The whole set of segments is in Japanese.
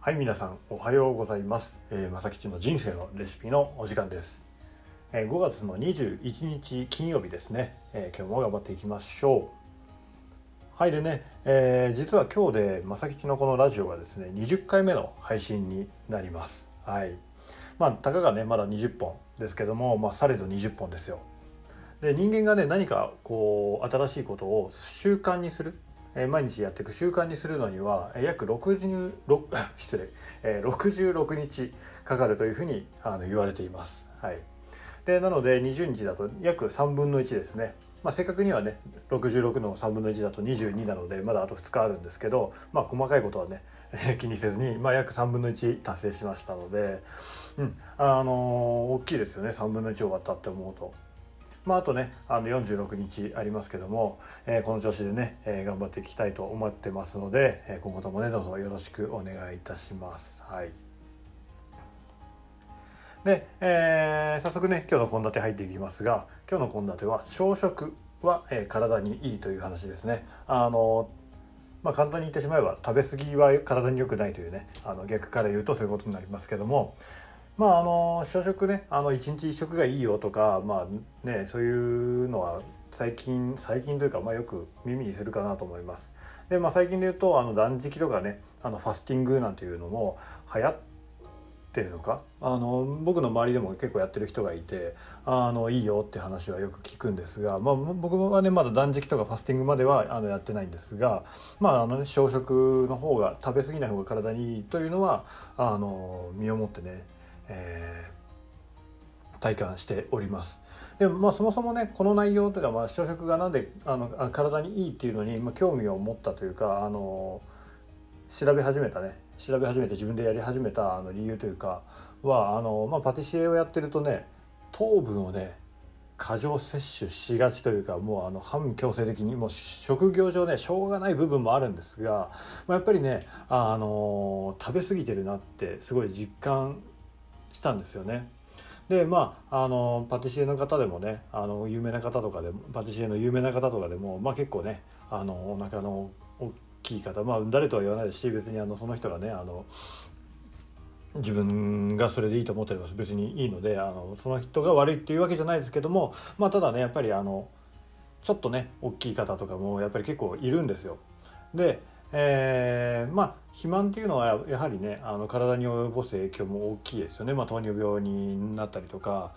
はい、皆さんおはようございます。まさきちの人生のレシピのお時間です。5月の21日金曜日ですね。今日も頑張っていきましょう。はいでね、実は今日でまさきちのこのラジオがですね20回目の配信になります。はい。たかがねまだ20本ですけども、されど20本ですよ。で人間がね何かこう新しいことを習慣にする、毎日やっていく習慣にするのには約66 66日かかるというふうに言われています。はい。でなので20日だと約3分の1ですね。正確にはね66の3分の1だと22なのでまだあと2日あるんですけど、細かいことはね気にせずに、約3分の1達成しましたので、大きいですよね。3分の1終わったって思うと。あとね46日ありますけども、この調子でね、頑張っていきたいと思ってますので、今後ともねどうぞよろしくお願いいたします。はい。で、早速ね今日の献立入っていきますが、今日の献立は小食は、体にいいという話ですね。簡単に言ってしまえば食べ過ぎは体に良くないというね、逆から言うとそういうことになりますけども、小食ね一日一食がいいよとかそういうのは最近というかよく耳にするかなと思います。で最近で言うと断食とかねファスティングなんていうのも流行ってるのか、僕の周りでも結構やってる人がいていいよって話はよく聞くんですが、僕はねまだ断食とかファスティングまではやってないんですが、小食の方が食べ過ぎない方が体にいいというのは身をもってね体感しております。でもそもそもねこの内容というか小食がなんで体にいいっていうのに興味を持ったというか調べ始めて自分でやり始めた理由というかはパティシエをやってるとね糖分をね過剰摂取しがちというかもう反強制的にもう職業上ねしょうがない部分もあるんですが、やっぱりね食べ過ぎてるなってすごい実感したんですよね。でパティシエの方でもね有名な方とかでもパティシエの有名な方とかでも結構ねお腹の大きい方誰とは言わないですし、別にその人がね自分がそれでいいと思ってれば別にいいのでその人が悪いっていうわけじゃないですけども、ただねやっぱりちょっとね大きい方とかもやっぱり結構いるんですよ。で肥満っていうのはやはりね体に及ぼす影響も大きいですよね。糖尿病になったりとか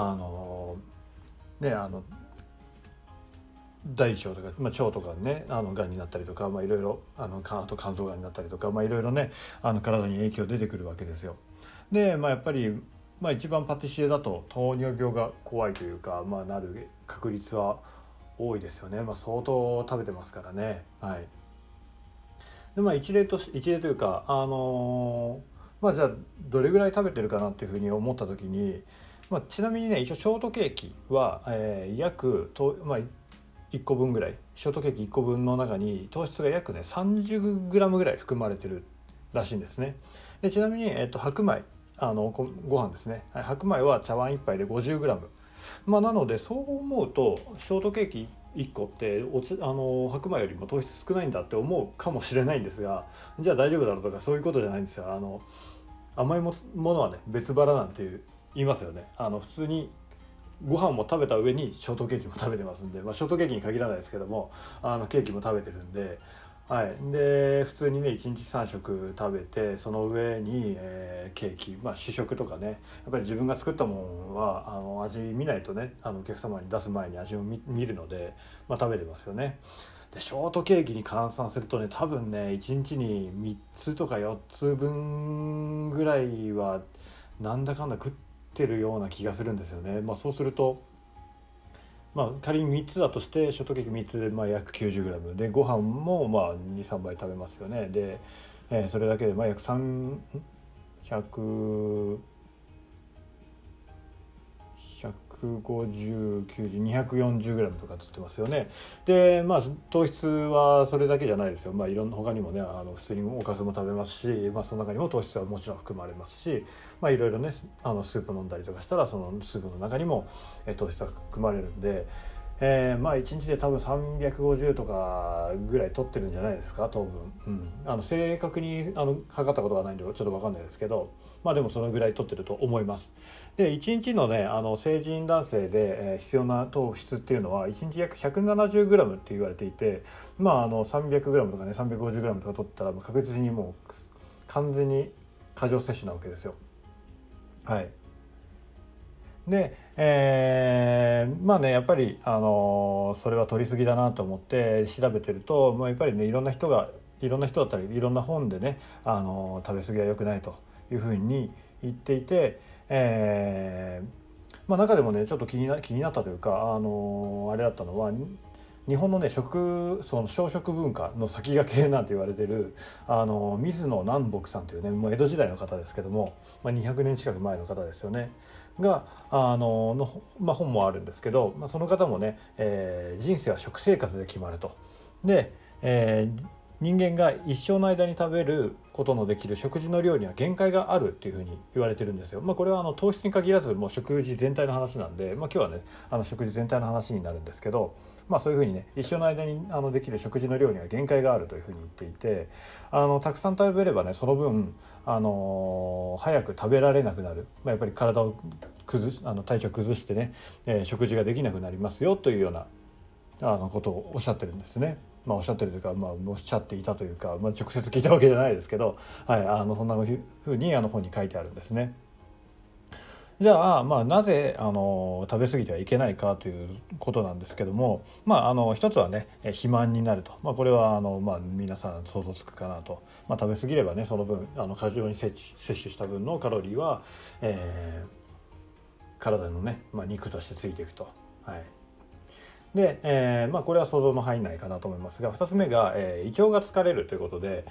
大腸とか、腸とかねがんになったりとかいろいろあと肝臓がんになったりとかいろいろね体に影響出てくるわけですよ。でやっぱり一番パティシエだと糖尿病が怖いというかなる確率は多いですよね。相当食べてますからね。はい。で一例というかじゃあどれぐらい食べてるかなっていうふうに思った時に、ちなみにね一応ショートケーキは、約1個分ぐらい、ショートケーキ1個分の中に糖質が約ね 30g ぐらい含まれてるらしいんですね。でちなみに、白米ご飯ですね。白米は茶碗1杯で 50g、なのでそう思うとショートケーキ1個って白米よりも糖質少ないんだって思うかもしれないんですが、じゃあ大丈夫だろうとかそういうことじゃないんですよ。甘いものはね別腹なんて言いますよね。普通にご飯も食べた上にショートケーキも食べてますんで、ショートケーキに限らないですけどもケーキも食べてるんで、で普通にね1日3食食べてその上に、ケーキ、主食とかねやっぱり自分が作ったものは味見ないとねお客様に出す前に味を見るので、食べてますよね。でショートケーキに換算するとね多分ね1日に3つとか4つ分ぐらいはなんだかんだ食ってるような気がするんですよね。そうすると仮に3つだとしてショートケーキ3つで約 90g でご飯も2、3杯食べますよね。で、それだけで約300 150、90、240g とか取ってますよね。で糖質はそれだけじゃないですよ。いろんな他にもね普通におかずも食べますし、その中にも糖質はもちろん含まれますし、いろいろねスープ飲んだりとかしたらそのスープの中にも糖質は含まれるんで、 まあ1日で多分350とかぐらい取ってるんじゃないですか、糖分。正確に測ったことがないんでちょっと分かんないですけど、まあでもそのぐらい取ってると思います。で1日のね成人男性で、必要な糖質っていうのは1日約 170g って言われていて、まあ300g とかね 350g とか取ったら確実にもう完全に過剰摂取なわけですよ。はい。で、まあねやっぱり、それは取りすぎだなと思って調べてると、やっぱりねいろんな人だったりいろんな本でね、食べ過ぎは良くないというふうに言っていて、中でもねちょっと気になったというか、あれだったのは日本のねその小食文化の先駆けなんて言われてる水野南北さんというね、もう江戸時代の方ですけども、200年近く前の方ですよねが本もあるんですけど、その方もね、人生は食生活で決まると。で、人間が一生の間に食べることのできる食事の量には限界があるっていうふうに言われてるんですよ。これは糖質に限らずもう食事全体の話なんで、今日はね食事全体の話になるんですけど、そういうふうにね一生の間にできる食事の量には限界があるというふうに言っていて、たくさん食べればねその分早く食べられなくなる、やっぱり体を体調崩してね、食事ができなくなりますよというようなことをおっしゃってるんですね。おっしゃってるというか、おっしゃっていたというか、直接聞いたわけじゃないですけど、はい、そんなふうに本に書いてあるんですね。じゃあ、なぜ食べ過ぎてはいけないかということなんですけども、一つはね肥満になると、これは皆さん想像つくかなと、食べ過ぎればねその分過剰に摂取した分のカロリーは、体のね、肉としてついていくと。はい。で、これは想像の範囲内かなと思いますが、2つ目が、胃腸が疲れるということで、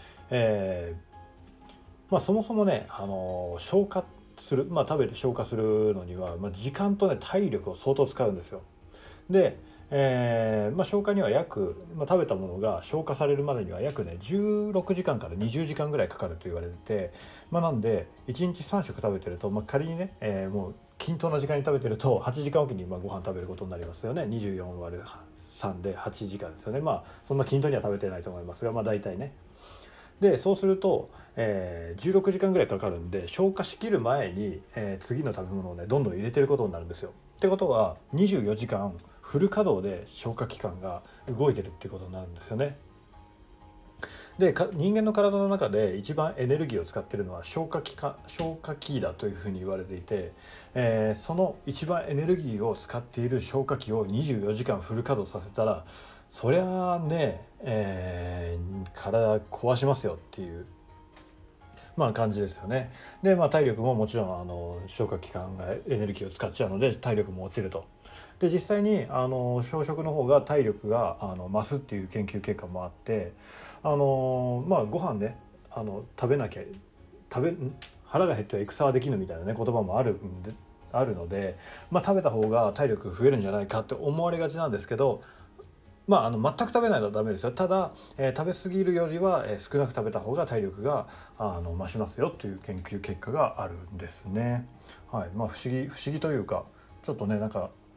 そもそもね、消化する、食べて消化するのには、時間とね体力を相当使うんですよ。で、消化には食べたものが消化されるまでには約ね16時間から20時間ぐらいかかると言われてて、なんで1日3食食べてると、仮にね、もう均等な時間に食べてると8時間おきにご飯食べることになりますよね。24割る3で8時間ですよね。そんな均等には食べてないと思いますが、大体ね。でそうすると、16時間ぐらいかかるんで、消化しきる前に、次の食べ物をねどんどん入れてることになるんですよ。ってことは24時間フル稼働で消化器官が動いてるっていうことになるんですよね。で人間の体の中で一番エネルギーを使っているのは消化器だというふうに言われていて、その一番エネルギーを使っている消化器を24時間フル稼働させたら、そりゃあね、体壊しますよっていう感じですよね。で、体力ももちろん消化器官がエネルギーを使っちゃうので体力も落ちると。で実際に小食の方が体力が増すっていう研究結果もあって、ご飯ね食べなきゃ腹が減っては戦はできぬみたいなね言葉もあるので、食べた方が体力増えるんじゃないかって思われがちなんですけど、全く食べないのはダメですよ。ただ、食べ過ぎるよりは、少なく食べた方が体力が増しますよという研究結果があるんですね。はい。不思議というか、ちょっとね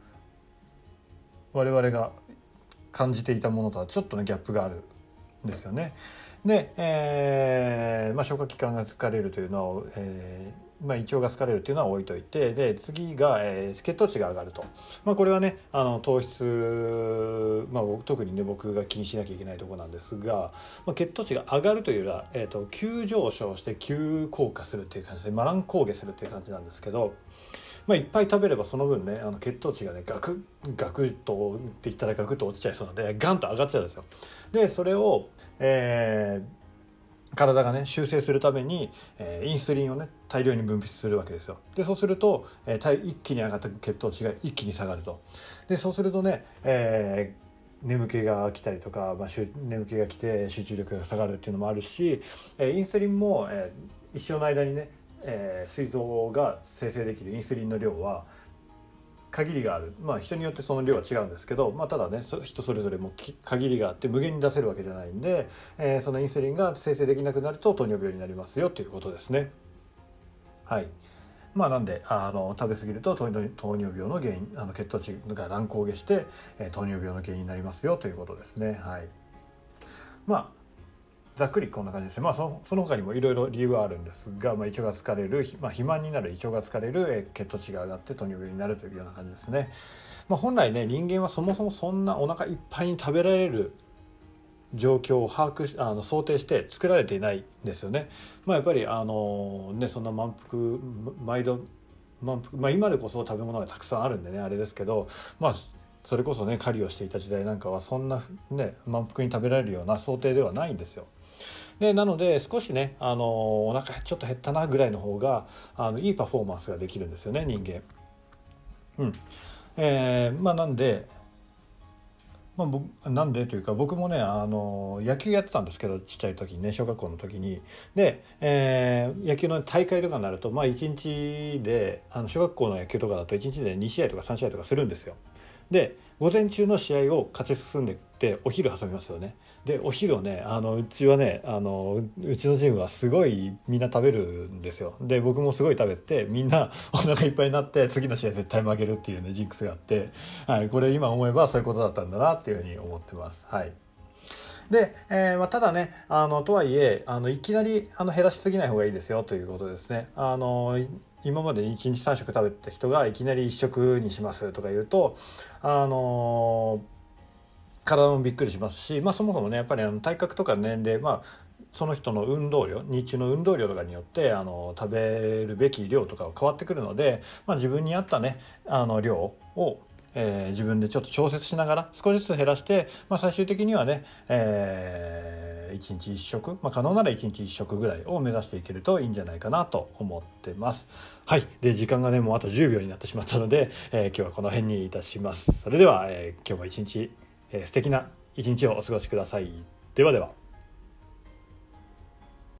我々が感じていたものとはちょっとねギャップがあるんですよね。で、消化器官が疲れるというのは、胃腸が疲れるというのは置いといて、で次が、血糖値が上がると。これはね糖質、特にね僕が気にしなきゃいけないところなんですが、血糖値が上がるというよりは、急上昇して急降下するっていう感じで乱高下するっていう感じなんですけど、いっぱい食べればその分ね血糖値がねガクッとって言ったらガクッと落ちちゃいそうなのでガンと上がっちゃうんですよ。でそれを、体がね修正するために、インスリンをね大量に分泌するわけですよ。でそうすると、一気に上がった血糖値が一気に下がると。でそうするとね、眠気が来たりとか、眠気が来て集中力が下がるっていうのもあるし、インスリンも、一生の間にね膵臓が生成できるインスリンの量は限りがある。人によってその量は違うんですけど、ただね人それぞれも限りがあって無限に出せるわけじゃないんで、そのインスリンが生成できなくなると糖尿病になりますよということですね。はい。 なんで食べ過ぎると糖尿病の原因血糖値が乱高下して、糖尿病の原因になりますよということですね。はい。ざっくりこんな感じですね。その他にもいろいろ理由はあるんですが、胃腸が疲れる、肥満になる、胃腸が疲れる、血糖値が上がって糖尿病になるというような感じですね。本来ね、人間はそもそもそんなお腹いっぱいに食べられる状況を想定して作られていないんですよね。やっぱりそんな毎度満腹、今でこそ食べ物がたくさんあるんでねあれですけど、それこそね狩りをしていた時代なんかはそんなね満腹に食べられるような想定ではないんですよ。でなので少しねお腹ちょっと減ったなぐらいの方がいいパフォーマンスができるんですよね、人間。なんでなんでというか、僕もね野球やってたんですけど、ちっちゃい時にね、小学校の時に。で、野球の大会とかになると1日で小学校の野球とかだと1日で2試合とか3試合とかするんですよ。で午前中の試合を勝ち進んでいってお昼挟みますよね。でお昼をねうちはねうちのチームはすごいみんな食べるんですよ。で僕もすごい食べて、みんなお腹いっぱいになって次の試合絶対負けるっていうねジンクスがあって、はい、これ今思えばそういうことだったんだなっていうふうに思ってます。はい。で、ただねとはいえいきなり減らしすぎない方がいいですよということですね。今までに1日3食食べてた人がいきなり1食にしますとか言うと体もびっくりしますし、そもそもねやっぱり体格とか年齢、その人の運動量、日中の運動量とかによって食べるべき量とかは変わってくるので、自分に合ったね量を自分でちょっと調節しながら少しずつ減らして、最終的にはね、1日1食、可能なら1日1食ぐらいを目指していけるといいんじゃないかなと思ってます。はい。で時間がねもうあと10秒になってしまったので、今日はこの辺にいたします。それでは、今日も一日、素敵な一日をお過ごしください。ではでは。